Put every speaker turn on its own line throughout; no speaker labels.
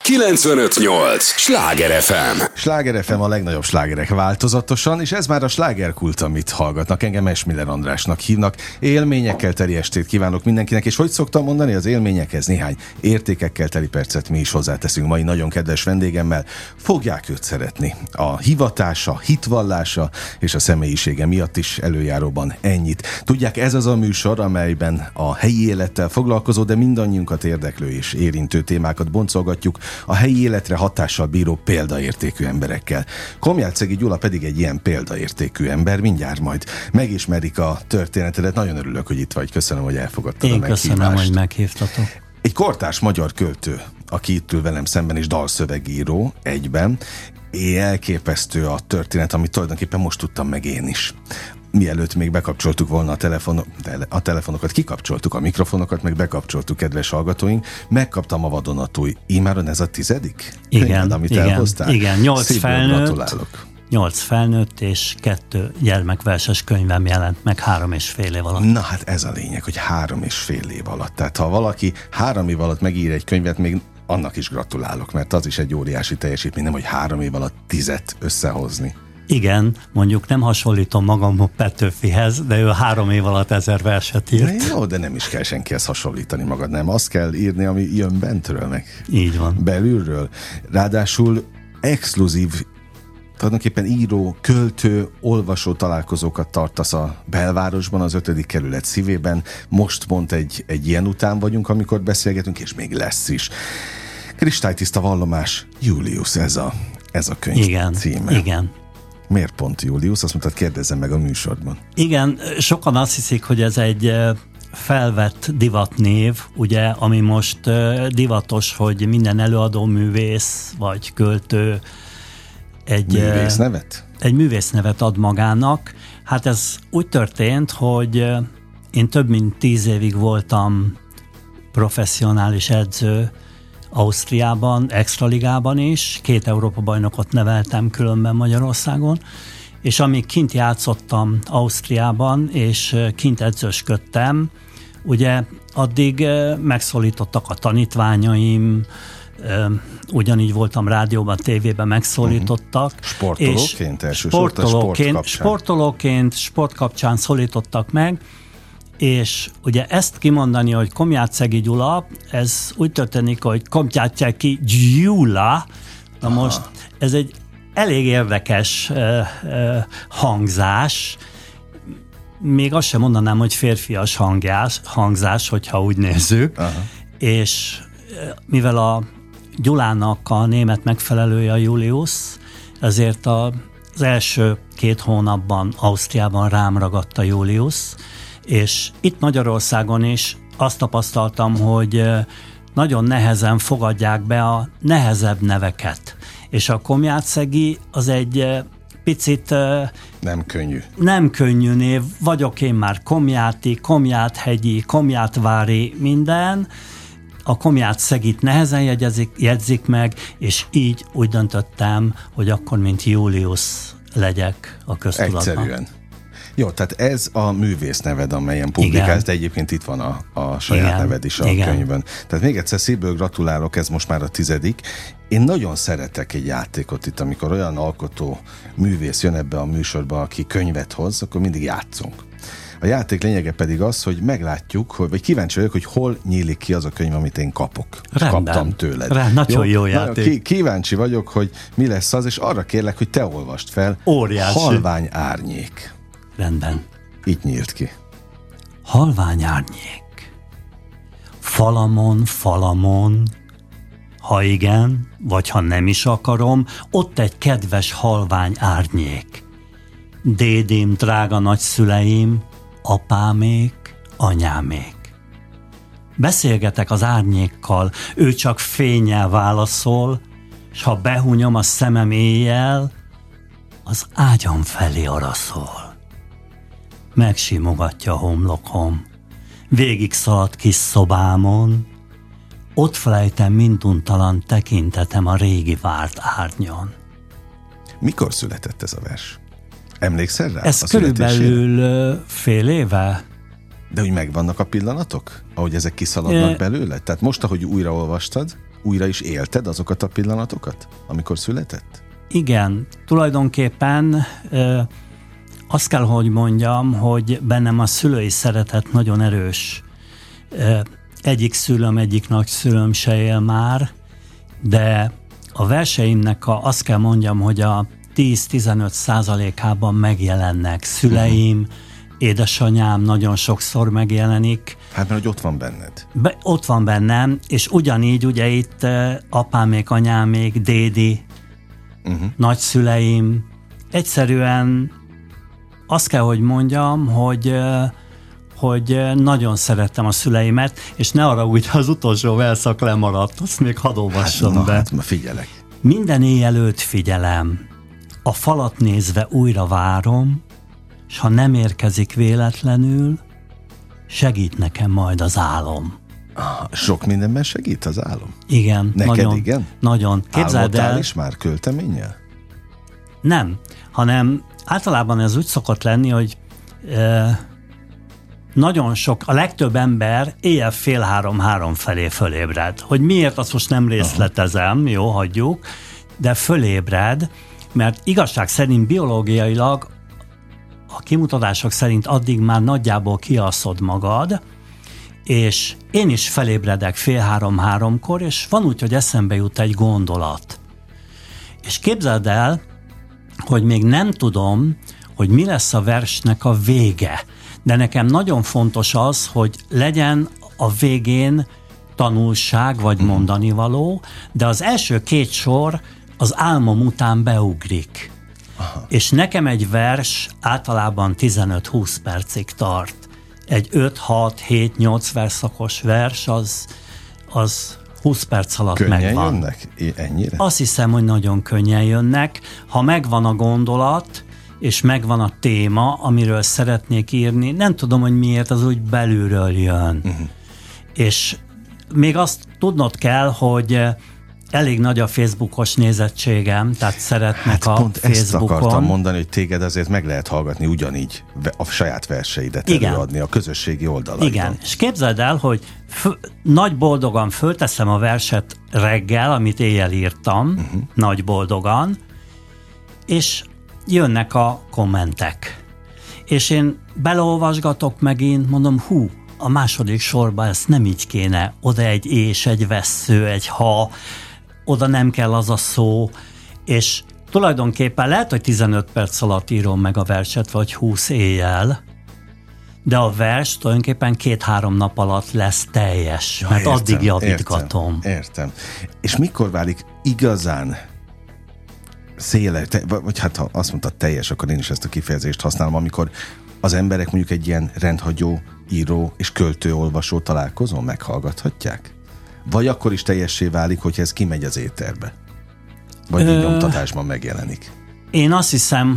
95.8 Sláger FM.
Sláger FM, a legnagyobb slágerek változatosan, és ez már a slágerkult, amit hallgatnak. Engem Esmiller Andrásnak hívnak. Élményekkel teli estét kívánok mindenkinek, és hogy szoktam mondani, az élményekhez néhány értékekkel teli percet mi is hozzáteszünk mai nagyon kedves vendégemmel. Fogják őt szeretni. A hivatása, hitvallása és a személyisége miatt is előjáróban ennyit. Tudják, ez az a műsor, amelyben a helyi élettel foglalkozó, de mindannyiunkat érdeklő és érintő témákat boncolgatjuk a helyi életre hatással bíró példaértékű emberekkel. Komjácegi Gyula pedig egy ilyen példaértékű ember, mindjárt majd megismerik a történetedet. Nagyon örülök, hogy itt vagy. Köszönöm, hogy elfogadtad a meghívást.
Én köszönöm, hogy meghívtatok.
Egy kortárs magyar költő, aki itt ül velem szemben, és dalszövegíró egyben. Elképesztő a történet, amit tulajdonképpen most tudtam meg én is. Mielőtt még bekapcsoltuk volna a telefonokat, kikapcsoltuk a mikrofonokat, meg bekapcsoltuk, kedves hallgatóink, megkaptam a vadonatúj. Imáron ez a 10.
Igen,
amit
igen,
elhoztál?
Igen,
8
felnőtt és 2 gyermekverses könyvem jelent meg 3,5 év alatt.
Na hát ez a lényeg, hogy 3,5 év alatt. Tehát ha valaki 3 év alatt megír egy könyvet, még annak is gratulálok, mert az is egy óriási teljesítmény, nem hogy 3 év alatt 10 összehozni.
Igen, mondjuk nem hasonlítom magam a Petőfihez, de ő 3 év alatt 1000 verset írt.
Jó, de nem is kell senkihez hasonlítani magad, nem. Azt kell írni, ami jön bentről, meg
így van.
Belülről. Ráadásul exkluzív, tulajdonképpen író, költő, olvasó találkozókat tartasz a belvárosban, az 5. kerület szívében. Most pont egy ilyen után vagyunk, amikor beszélgetünk, és még lesz is. Kristálytiszta vallomás, Julius, ez a könyv címe.
Igen.
Miért pont Julius? Azt mondtad, kérdezzem meg a műsorban.
Igen, sokan azt hiszik, hogy ez egy felvett divatnév, ugye, ami most divatos, hogy minden előadó művész vagy költő egy művésznevet ad magának. Hát ez úgy történt, hogy én több mint 10 évig voltam professzionális edző Ausztriában, extraligában is, 2 Európa-bajnokot neveltem különben Magyarországon, és amíg kint játszottam Ausztriában, és kint edzősködtem, ugye addig megszólítottak a tanítványaim, ugyanígy voltam rádióban, tévében megszólítottak.
Sportolóként elsősorban?
Sportolóként, sport kapcsán szólítottak meg, és ugye ezt kimondani, hogy Komjácegi Gyula, ez úgy történik, hogy Komjácegi Gyula, na most ez egy elég érdekes hangzás, még azt sem mondanám, hogy férfias hangzás, hogyha úgy nézzük, és mivel a Gyulának a német megfelelője a Julius, ezért az első 2 hónapban Ausztriában rám ragadt a Julius, és itt Magyarországon is azt tapasztaltam, hogy nagyon nehezen fogadják be a nehezebb neveket. És a Komjácegi az egy picit... Nem könnyű név. Vagyok én már Komjáti, Komjáthegyi, Komjátvári, minden. A Komjátszegit nehezen jegyzik meg, és így úgy döntöttem, hogy akkor, mint Julius legyek a köztudatban.
Egyszerűen. Jó, tehát ez a művész neved, amelyen publikálsz, de egyébként itt van a saját neved is a könyvben. Tehát még egyszer szívből gratulálok, ez most már a 10. Én nagyon szeretek egy játékot itt, amikor olyan alkotó művész jön ebbe a műsorba, aki könyvet hoz, akkor mindig játszunk. A játék lényege pedig az, hogy meglátjuk, vagy kíváncsi vagyok, hogy hol nyílik ki az a könyv, amit én kapok.
Rendben.
Kaptam tőled.
Nagyon jó játék.
Kíváncsi vagyok, hogy mi lesz az, és arra kérlek, hogy te olvasd fel.
Óriási.
Halvány árnyék.
Rendben.
Így nyílt ki.
Halvány árnyék. Falamon, ha igen, vagy ha nem is akarom, ott egy kedves halvány árnyék. Dédém, drága nagyszüleim, apámék, anyámék. Beszélgetek az árnyékkal, ő csak fénnyel válaszol, s ha behunyom a szemem éjjel, az ágyam felé araszol. Megsimogatja a homlokom, végig szaladt kis szobámon, ott felejtem minduntalan tekintetem a régi várt árnyon.
Mikor született ez a vers? Emlékszel rá?
Ez körülbelül fél éve.
De úgy megvannak a pillanatok? Ahogy ezek kiszaladnak belőle? Tehát most, ahogy újraolvastad, újra is élted azokat a pillanatokat, amikor született?
Igen, tulajdonképpen azt kell, hogy mondjam, hogy bennem a szülői szeretet nagyon erős. Egyik szülőm, egyik nagyszülőm se él már, de a verseimnek azt kell mondjam, hogy a 10-15%-ában megjelennek. Szüleim, édesanyám nagyon sokszor megjelenik.
Hát mert hogy ott van benned.
Ott van bennem, és ugyanígy ugye itt apámék, anyámék, dédi, nagyszüleim. Egyszerűen azt kell, hogy mondjam, hogy nagyon szerettem a szüleimet, és ne arra úgy, az utolsó verszak lemaradt, azt még hadd olvassam be.
Hát figyelek.
Minden éjjel őt figyelem, a falat nézve újra várom, s ha nem érkezik véletlenül, segít nekem majd az álom.
Sok mindenben segít az álom?
Igen.
Neked
nagyon,
igen?
Nagyon. Képzeld el.
is már költeménnyel?
Nem, hanem általában ez úgy szokott lenni, hogy nagyon sok, a legtöbb ember éjjel 2:30-3 felé fölébred. Hogy miért, azt most nem részletezem, jó, hagyjuk, de fölébred, mert igazság szerint biológiailag a kimutatások szerint addig már nagyjából kialszod magad, és én is felébredek 2:30-3-kor, és van úgy, hogy eszembe jut egy gondolat. És képzeld el, hogy még nem tudom, hogy mi lesz a versnek a vége, de nekem nagyon fontos az, hogy legyen a végén tanulság vagy mondanivaló, de az első 2 sor az álmom után beugrik. Aha. És nekem egy vers általában 15-20 percig tart. Egy 5-6-7-8 versszakos vers, az 20 perc alatt
könnyen
megvan.
Jönnek? Ennyire?
Azt hiszem, hogy nagyon könnyen jönnek. Ha megvan a gondolat, és megvan a téma, amiről szeretnék írni, nem tudom, hogy miért, az úgy belülről jön. És még azt tudnod kell, hogy elég nagy a Facebookos nézettségem, tehát szeretnek a
pont
Facebookon.
Ezt akartam mondani, hogy téged azért meg lehet hallgatni ugyanígy a saját verseidet előadni a közösségi oldalaidon.
Igen, és képzeld el, hogy nagy boldogan fölteszem a verset reggel, amit éjjel írtam, nagy boldogan, és jönnek a kommentek. És én beleolvasgatok megint, mondom, a második sorban ezt nem így kéne, oda egy és, egy vessző, egy ha, oda nem kell az a szó, és tulajdonképpen lehet, hogy 15 perc alatt írom meg a verset, vagy 20 éjjel, de a vers tulajdonképpen 2-3 nap alatt lesz teljes, mert értem, addig javítgatom.
Értem. És mikor válik igazán széles, vagy hát ha azt mondtad teljes, akkor én is ezt a kifejezést használom, amikor az emberek mondjuk egy ilyen rendhagyó író és költő-olvasó találkozón meghallgathatják? Vagy akkor is teljessé válik, hogy ez kimegy az éterbe? Vagy így nyomtatásban megjelenik? Én azt hiszem,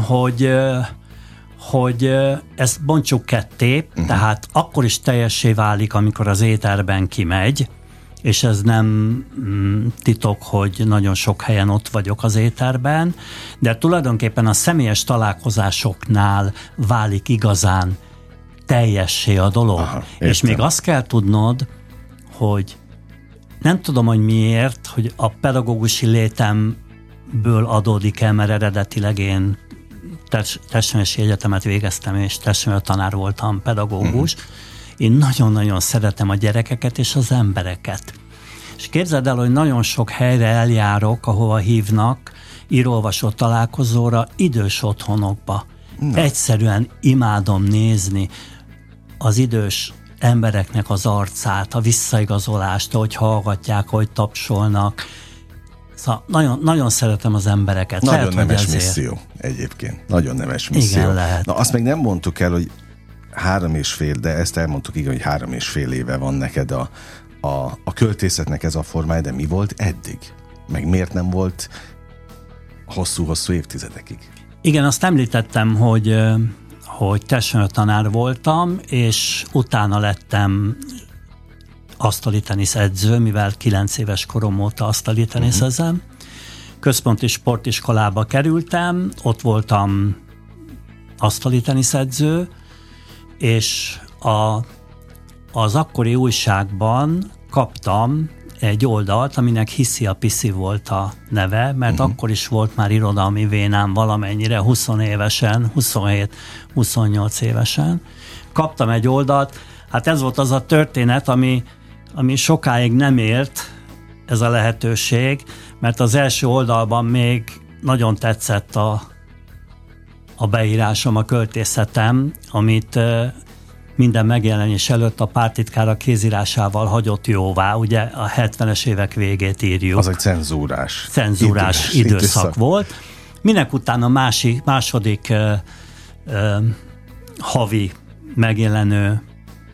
hogy ezt bontsuk ketté, tehát akkor is teljessé válik, amikor az éterben kimegy, és ez nem titok, hogy nagyon sok helyen ott vagyok az éterben, de tulajdonképpen a személyes találkozásoknál válik igazán teljessé a dolog.
Aha,
és még azt kell tudnod, hogy nem tudom, hogy miért, hogy a pedagógusi létemből adódik el, mert eredetileg én testnevelési egyetemet végeztem, és testnevelő tanár voltam, pedagógus. Én nagyon-nagyon szeretem a gyerekeket és az embereket. És képzeld el, hogy nagyon sok helyre eljárok, ahova hívnak író-olvasó találkozóra, idős otthonokba. Egyszerűen imádom nézni az idős embereknek az arcát, a visszaigazolást, ahogy hallgatják, ahogy tapsolnak. Szóval nagyon, nagyon szeretem az embereket.
Nagyon
lehet,
nemes misszió egyébként. Nagyon nemes misszió.
Igen, lehet.
Na, azt még nem mondtuk el, hogy 3,5, de ezt elmondtuk, igen, hogy 3,5 éve van neked a költészetnek ez a formája, de mi volt eddig? Meg miért nem volt hosszú-hosszú évtizedekig? Igen,
azt említettem, hogy testnevelő tanár voltam, és utána lettem asztali tenisz edző, mivel 9 éves korom óta asztali teniszezem. Központi sportiskolába kerültem, ott voltam asztali tenisz edző, és az akkori újságban kaptam egy oldalt, aminek Hiszi a Piszi volt a neve, mert akkor is volt már irodalmi vénám valamennyire, 20 évesen, 27-28 évesen. Kaptam egy oldalt, hát ez volt az a történet, ami sokáig nem ért, ez a lehetőség, mert az első oldalban még nagyon tetszett a beírásom, a költészetem, amit minden megjelenés előtt a pártitkár kézírásával hagyott jóvá, ugye a 70-es évek végét írjuk.
Az egy cenzúrás
időszak volt. Minek utána második havi megjelenő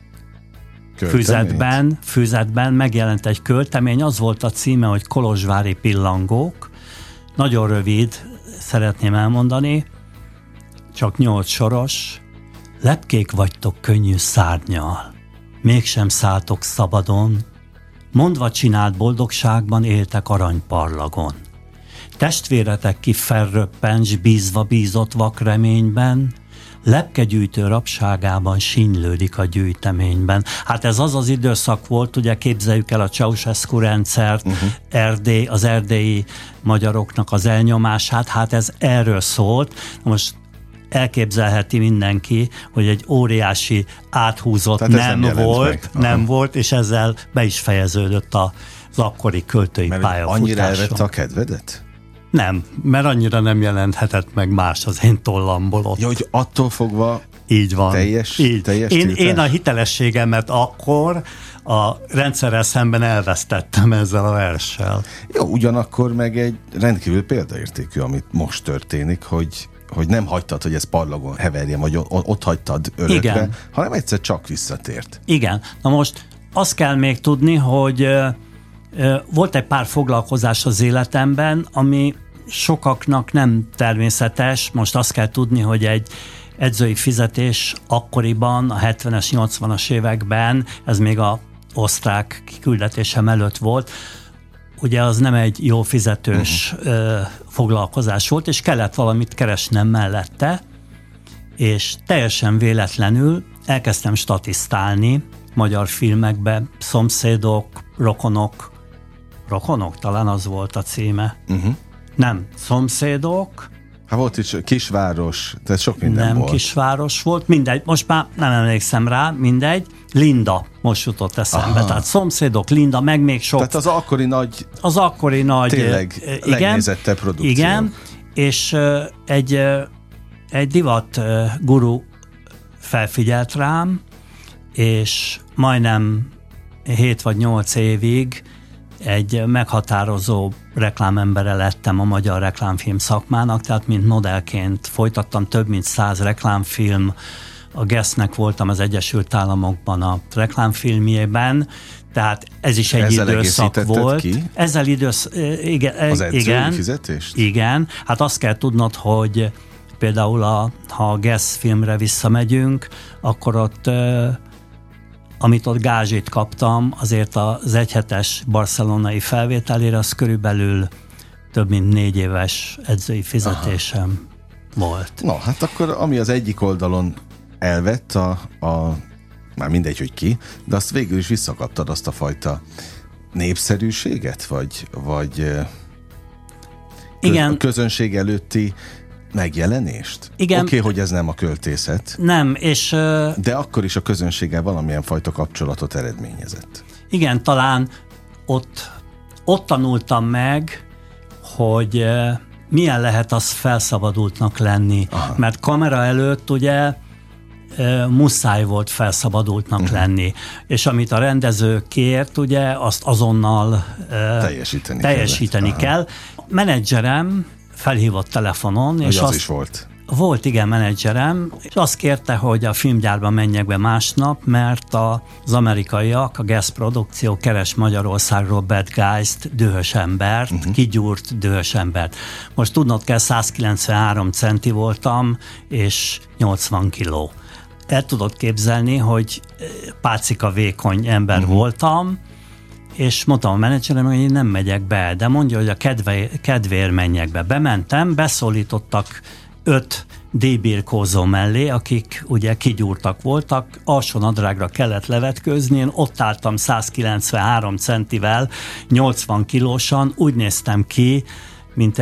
füzetben megjelent egy költemény, az volt a címe, hogy Kolozsvári pillangók. Nagyon rövid, szeretném elmondani, csak 8 soros. Lepkék vagytok könnyű szárnnyal, mégsem szálltok szabadon, mondva csinált boldogságban éltek aranyparlagon. Testvéretek ki felröppen, s bízva bízott vak reményben, lepkegyűjtő rabságában sínylődik a gyűjteményben. Hát ez az időszak volt, ugye képzeljük el a Ceausescu rendszert, az erdélyi magyaroknak az elnyomását, hát ez erről szólt. Most elképzelheti mindenki, hogy egy óriási áthúzott nem volt, és ezzel be is fejeződött az akkori költői pályafutásom.
Annyira elvette a kedvedet?
Nem, mert annyira nem jelenthetett meg más az én tollamból ott.
Ja, hogy attól fogva
így van.
Teljes
én a hitelességemet akkor a rendszerrel szemben elvesztettem ezzel a verssel.
Jó, ugyanakkor meg egy rendkívül példaértékű, amit most történik, hogy nem hagytad, hogy ez parlagon heverjen, vagy ott hagytad örökre, igen, hanem egyszer csak visszatért.
Igen. Na most azt kell még tudni, hogy volt egy pár foglalkozás az életemben, ami sokaknak nem természetes. Most azt kell tudni, hogy egy edzői fizetés akkoriban, a 70-es, 80-as években, ez még az osztrák kiküldetésem előtt volt, ugye az nem egy jó fizetős foglalkozás volt, és kellett valamit keresnem mellette, és teljesen véletlenül elkezdtem statisztálni magyar filmekbe, szomszédok, rokonok, talán az volt a címe. Nem, szomszédok.
Hát volt is kisváros, tehát sok minden volt.
Nem kisváros volt, mindegy, most már nem emlékszem rá, mindegy. Linda, most jutott eszembe. Tehát szomszédok, Linda, meg még sok.
Tehát az akkori nagy tényleg legnézettebb produkció.
Igen, és egy divat guru felfigyelt rám, és majdnem 7 vagy 8 évig egy meghatározó reklámembere lettem a magyar reklámfilm szakmának, tehát mint modellként folytattam több mint 100 reklámfilm, a Guessnek voltam az Egyesült Államokban a reklámfilmjében, tehát ez is egy
ezzel
időszak volt.
Ki?
Ezzel igen,
az edzői fizetést?
Igen, hát azt kell tudnod, hogy például ha a Guess filmre visszamegyünk, akkor ott amit ott gázsit kaptam, azért az egyhetes barcelonai felvételére, az körülbelül több mint 4 éves edzői fizetésem volt.
Na, hát akkor ami az egyik oldalon elvett már mindegy, hogy ki, de azt végül is visszakaptad, azt a fajta népszerűséget, vagy
igen,
a közönség előtti megjelenést? Oké, hogy ez nem a költészet.
Nem, és...
De akkor is a közönséggel valamilyen fajta kapcsolatot eredményezett.
Igen, talán ott tanultam meg, hogy milyen lehet az felszabadultnak lenni. Aha. Mert kamera előtt ugye muszáj volt felszabadultnak lenni. És amit a rendező kért, ugye, azt azonnal teljesíteni kell. Menedzserem felhívott telefonon, és
az is volt.
Volt, igen, menedzserem, és azt kérte, hogy a filmgyárba menjek be másnap, mert az amerikaiak, a Guess produkció keres Magyarországról bad guys-t, dühös embert, kigyúrt dühös embert. Most tudnod kell, 193 centi voltam, és 80 kiló. El tudod képzelni, hogy pácika vékony ember voltam, és mondtam a menedzserem, hogy én nem megyek be, de mondja, hogy a kedvéért menjek be. Bementem, beszólítottak 5 díjbirkózó mellé, akik ugye kigyúrtak voltak, alsó nadrágra kellett levetkőzni, én ott álltam 193 centivel, 80 kilósan, úgy néztem ki, mint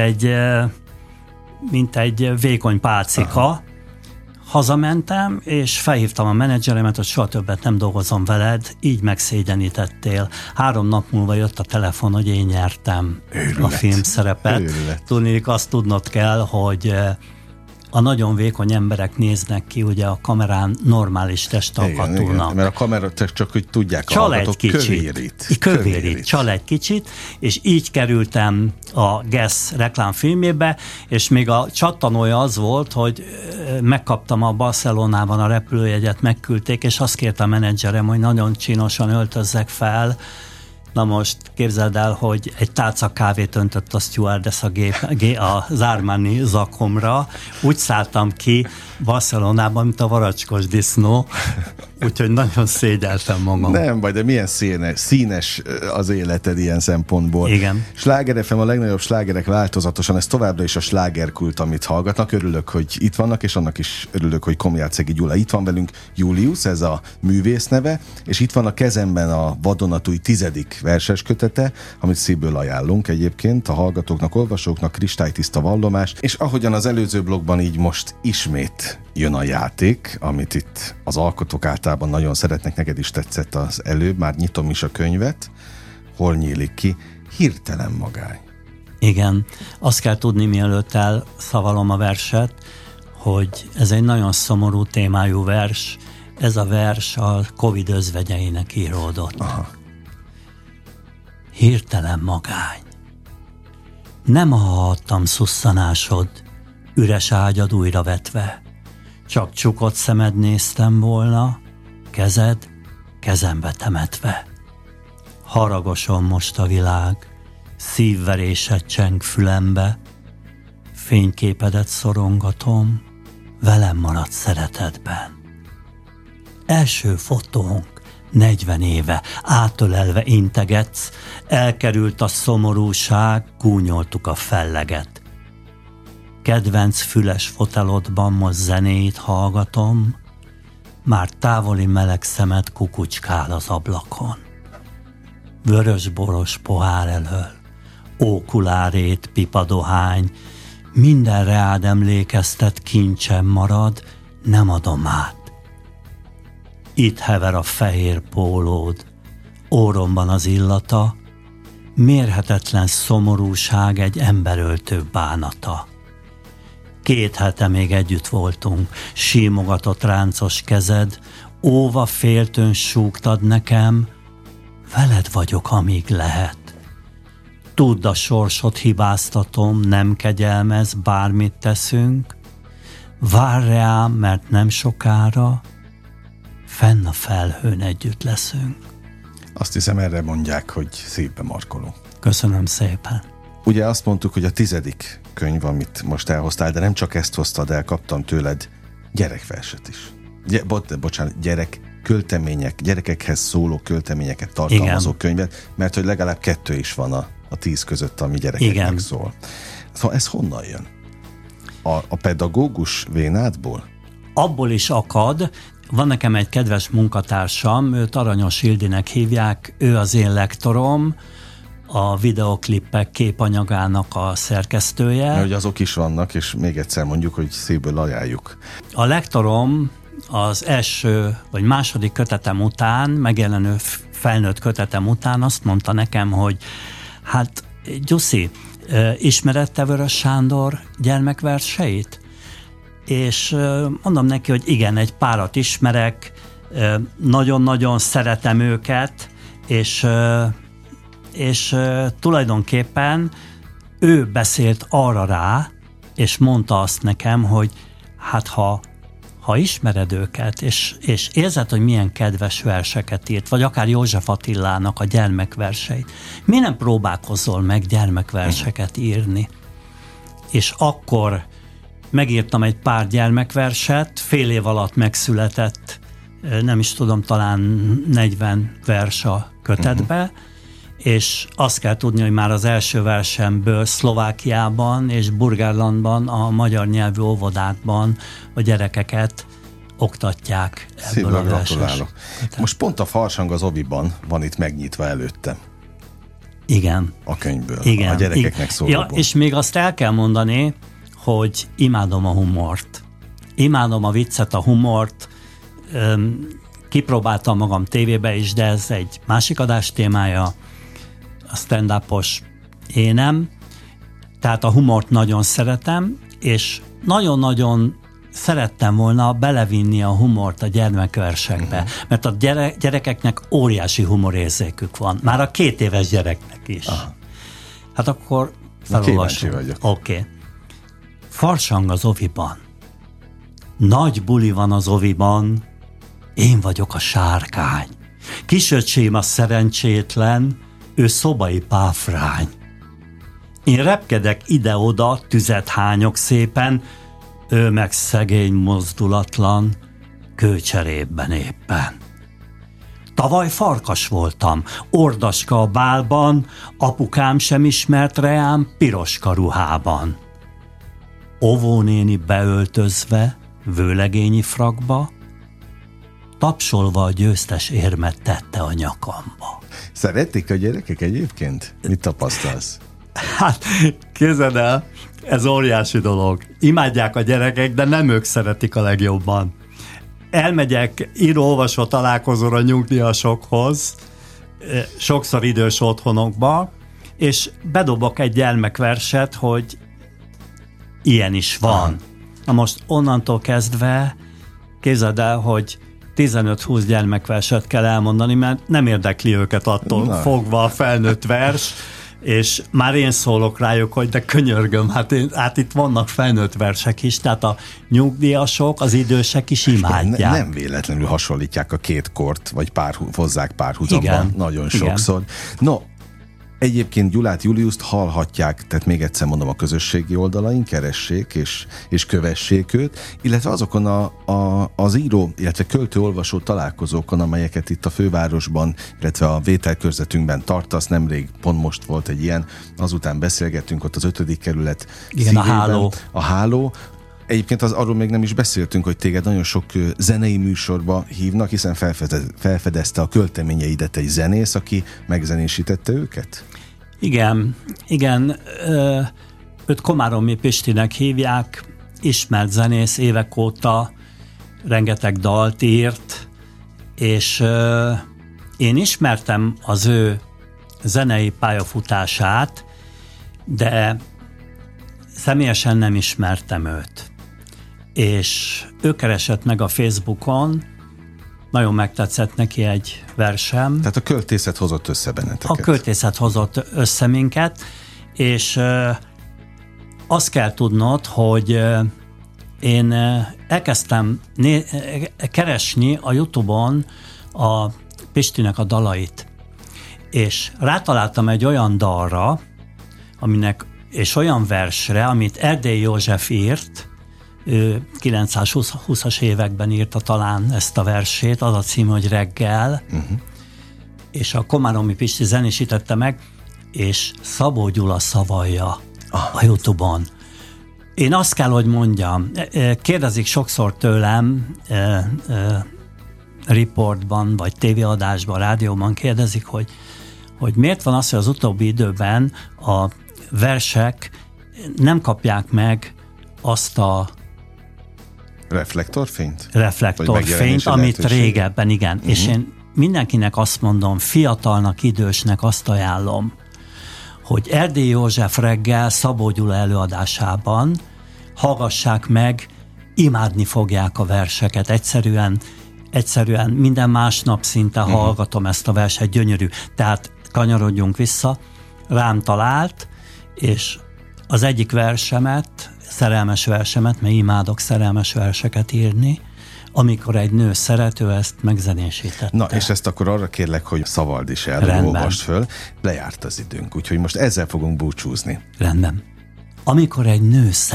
egy vékony pálcika. Aha. Hazamentem, és felhívtam a menedzseremet, hogy soha többet nem dolgozom veled, így megszégyenítettél. 3 nap múlva jött a telefon, hogy én nyertem a filmszerepet. Tudnék, azt tudnod kell, hogy a nagyon vékony emberek néznek ki, ugye a kamerán normális testalkatúnak.
Mert a kamera csak hogy tudják, a hallgatók kövérít.
Csal egy kicsit, és így kerültem a Guess reklámfilmjébe, és még a csattanója az volt, hogy megkaptam a Barcelonában a repülőjegyet, megküldték, és azt kérte a menedzserem, hogy nagyon csinosan öltözzek fel. Na most képzeld el, hogy egy tálca kávét öntött a stewardess az Armani zakomra. Úgy szálltam ki Barcelonában, mint a varacskos disznó, úgyhogy nagyon szégyeltem magam.
Nem baj, de milyen színes az életed ilyen szempontból.
Igen.
Sláger FM, a legnagyobb slágerek változatosan, ez továbbra is a slágerkult, amit hallgatnak. Örülök, hogy itt vannak, és annak is örülök, hogy Komjácegi Gyula itt van velünk. Julius, ez a művész neve, és itt van a kezemben a vadonatúj 10. verses kötete, amit szívből ajánlunk egyébként a hallgatóknak, olvasóknak, kristálytiszta vallomás, és ahogyan az előző blogban, így most ismét jön a játék, amit itt az alkotók általában nagyon szeretnek, neked is tetszett az előbb, már nyitom is a könyvet. Hol nyílik ki? Hirtelen magány.
Igen, azt kell tudni, mielőtt elszavalom a verset, hogy ez egy nagyon szomorú témájú vers, ez a vers a Covid özvegyeinek íródott.
Aha.
Hirtelen magány. Nem hallhattam szusszanásod, üres ágyad újra vetve. Csak csukott szemed néztem volna, kezed kezembe temetve. Haragoson most a világ, szívverésed cseng fülembe, fényképedet szorongatom, velem maradt szeretetben. Első fotónk, 40 éve, átölelve integetsz, elkerült a szomorúság, gúnyoltuk a felleget. Kedvenc füles fotelodban most zenét hallgatom, már távoli meleg szemed kukucskál az ablakon. Vörös-boros pohár elől, ókulárét, pipadohány, minden reád emlékeztet, kincsem marad, nem adom át. Itt hever a fehér pólód, óromban az illata, mérhetetlen szomorúság egy emberöltő bánata. 2 hete még együtt voltunk, símogatott ráncos kezed, óva féltőn súgtad nekem, veled vagyok, amíg lehet. Tudd, a sorsot hibáztatom, nem kegyelmez, bármit teszünk, várj rám, mert nem sokára fenn a felhőn együtt leszünk.
Azt hiszem, erre mondják, hogy szívbe markoló.
Köszönöm szépen.
Ugye azt mondtuk, hogy a 10. könyv, amit most elhoztál, de nem csak ezt hoztad el, kaptam tőled gyerekverset is. Gyerekekhez szóló költeményeket tartalmazó könyvet, mert hogy legalább 2 is van a 10 között, ami gyerekeknek szól. Szóval ez honnan jön? A pedagógus vénádból?
Abból is akad. Van nekem egy kedves munkatársam, őt Aranyos Ildinek hívják, ő az én lektorom, a videoklippek képanyagának a szerkesztője.
Mert hogy azok is vannak, és még egyszer mondjuk, hogy szívből ajánljuk.
A lektorom az első vagy második kötetem után, megjelenő felnőtt kötetem után azt mondta nekem, hogy hát Gyuszi, ismered te Vörös Sándor gyermekverseit? És mondom neki, hogy igen, egy párat ismerek, nagyon-nagyon szeretem őket, és tulajdonképpen ő beszélt arra rá, és mondta azt nekem, hogy hát ha ismered őket, és érzed, hogy milyen kedves verseket írt, vagy akár József Attilának a gyermekverseit, mi nem próbálkozol meg gyermekverseket írni? És akkor megírtam egy pár gyermekverset, fél év alatt megszületett, nem is tudom, talán 40 vers a kötetbe, és azt kell tudni, hogy már az első versemből Szlovákiában és Burgenlandban, a magyar nyelvű óvodákban a gyerekeket oktatják ebből
Szívből
a verses.
gratulálok. Most pont a Farsang az Oviban van itt megnyitva előttem.
Igen.
A könyvből.
Igen.
A gyerekeknek szólóból.
Ja, és még azt el kell mondani, hogy imádom a humort. Imádom a viccet, a humort. Kipróbáltam magam tévébe is, de ez egy másik adás témája. A stand-upos énem. Tehát a humort nagyon szeretem, és nagyon-nagyon szerettem volna belevinni a humort a gyermekversekbe, mert a gyerekeknek óriási humorérzékük van. Már a 2 éves gyereknek is.
Aha.
Hát akkor felolvasom.
vagyok.
Oké. Farsang az Oviban. Nagy buli van az Oviban, én vagyok a sárkány. Kisöcsém a szerencsétlen, ő szobai páfrány. Én repkedek ide-oda, tüzet hányok szépen, ő meg szegény mozdulatlan, kőcserében éppen. Tavaly farkas voltam, ordaska a bálban, apukám sem ismert reám piroska ruhában. Óvónéni beöltözve, vőlegényi frakba, tapsolva a győztes érmet tette a nyakamba.
Szeretik a gyerekek egyébként? Mit tapasztalsz?
Hát, képzeld el, ez óriási dolog. Imádják a gyerekek, de nem ők szeretik a legjobban. Elmegyek író-olvasó találkozóra nyugdíjasokhoz, sokszor idős otthonokba, és bedobok egy gyermekverset, hogy ilyen is van. Na most onnantól kezdve képzeld el, hogy 15-20 gyermekverset kell elmondani, mert nem érdekli őket attól fogva a felnőtt vers, és már én szólok rájuk, hogy de könyörgöm, hát itt vannak felnőtt versek is, tehát a nyugdíjasok, az idősek is imádják.
Nem véletlenül hasonlítják a 2 kort, vagy hozzák párhuzamban.
Igen.
Nagyon sokszor. No, egyébként Gyulát, Juliuszt hallhatják, tehát még egyszer mondom, a közösségi oldalain keressék és kövessék őt, illetve azokon az író, illetve költő-olvasó találkozókon, amelyeket itt a fővárosban, illetve a vételkörzetünkben tartasz. Nemrég pont most volt egy ilyen, azután beszélgettünk ott az 5. kerület
igen,
szívében. A Háló. Egyébként arról még nem is beszéltünk, hogy téged nagyon sok zenei műsorba hívnak, hiszen felfedezte a költeményeidet egy zenész, aki megzenésítette őket? Igen. Őt Komáromi Pistinek hívják, ismert zenész, évek óta rengeteg dalt írt, és én ismertem az ő zenei pályafutását, de személyesen nem ismertem őt. És ő keresett meg a Facebookon, nagyon megtetszett neki egy versem. Tehát a költészet hozott össze benneteket.
A költészet hozott össze minket, és azt kell tudnod, hogy én elkezdtem keresni a YouTube-on a Pistinek a dalait, és rátaláltam egy olyan dalra, és olyan versre, amit Erdélyi József írt, ő 920-as években írta talán ezt a versét, az a cím, hogy Reggel, és a Komáromi Pisti zenésítette meg, és Szabó Gyula szavalja a YouTube-on. Én azt kell, hogy mondjam, kérdezik sokszor tőlem, riportban, vagy tévéadásban, rádióban kérdezik, hogy miért van az, hogy az utóbbi időben a versek nem kapják meg azt a reflektorfényt, amit régebben, igen. És én mindenkinek azt mondom, fiatalnak, idősnek azt ajánlom, hogy Erdélyi József Reggel Szabó Gyula előadásában hallgassák meg, imádni fogják a verseket. Egyszerűen minden másnap szinte hallgatom ezt a verset, gyönyörű. Tehát kanyarodjunk vissza, rám talált, és az egyik versemet, szerelmes versemet, mert imádok szerelmes verseket írni, amikor egy nő szerető, ezt megzenésítette.
Na, és ezt akkor arra kérlek, hogy szavald is el, olvasd föl. Lejárt az időnk, úgyhogy most ezzel fogunk búcsúzni.
Rendben. Amikor egy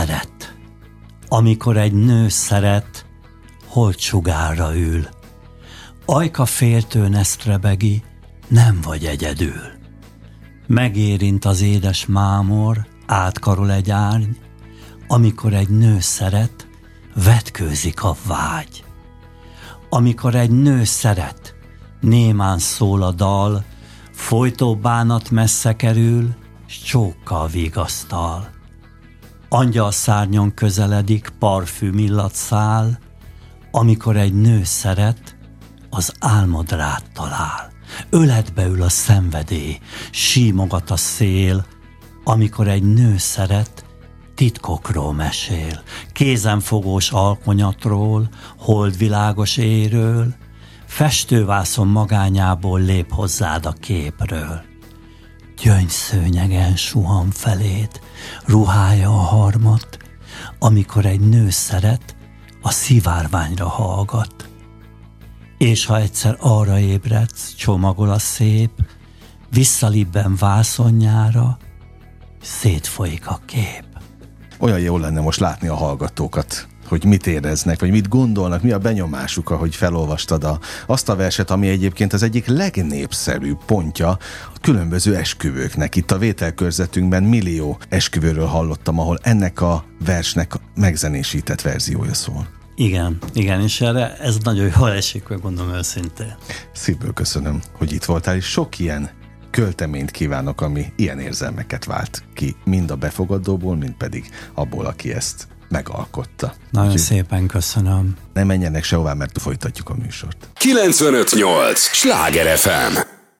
nő szeret, holtsugárra ül. Ajka féltőn ezt rebegi, nem vagy egyedül. Megérint az édes mámor, átkarol egy árny, amikor egy nő szeret, vetkőzik a vágy. Amikor egy nő szeret, némán szól a dal, folytó bánat messze kerül, s csókkal vigasztal. Angyal szárnyon közeledik, parfüm illat száll, amikor egy nő szeret, az álmod rád talál. Öletbe ül a szenvedély, símogat a szél, amikor egy nő szeret, titkokról mesél, kézenfogós alkonyatról, holdvilágos éjről, festővászon magányából lép hozzád a képről. Gyöngyszőnyegen suhan feléd, ruhája a harmat, amikor egy nő szeret, a szivárványra hallgat. És ha egyszer arra ébredsz, csomagol a szép, visszalibben vászonjára, szétfolyik a kép.
Olyan jó lenne most látni a hallgatókat, hogy mit éreznek, vagy mit gondolnak, mi a benyomásuk, ahogy felolvastad azt a verset, ami egyébként az egyik legnépszerűbb pontja a különböző esküvőknek. Itt a vételkörzetünkben millió esküvőről hallottam, ahol ennek a versnek megzenésített verziója szól.
Igen, és erre ez nagyon jól esik, hogy gondolom őszintén.
Szívből köszönöm, hogy itt voltál, és sok ilyen költeményt kívánok, ami ilyen érzelmeket vált ki, mind a befogadóból, mind pedig abból, aki ezt megalkotta.
Nagyon szépen köszönöm.
Ne menjenek sehová, mert folytatjuk a műsort.
95.8 Sláger FM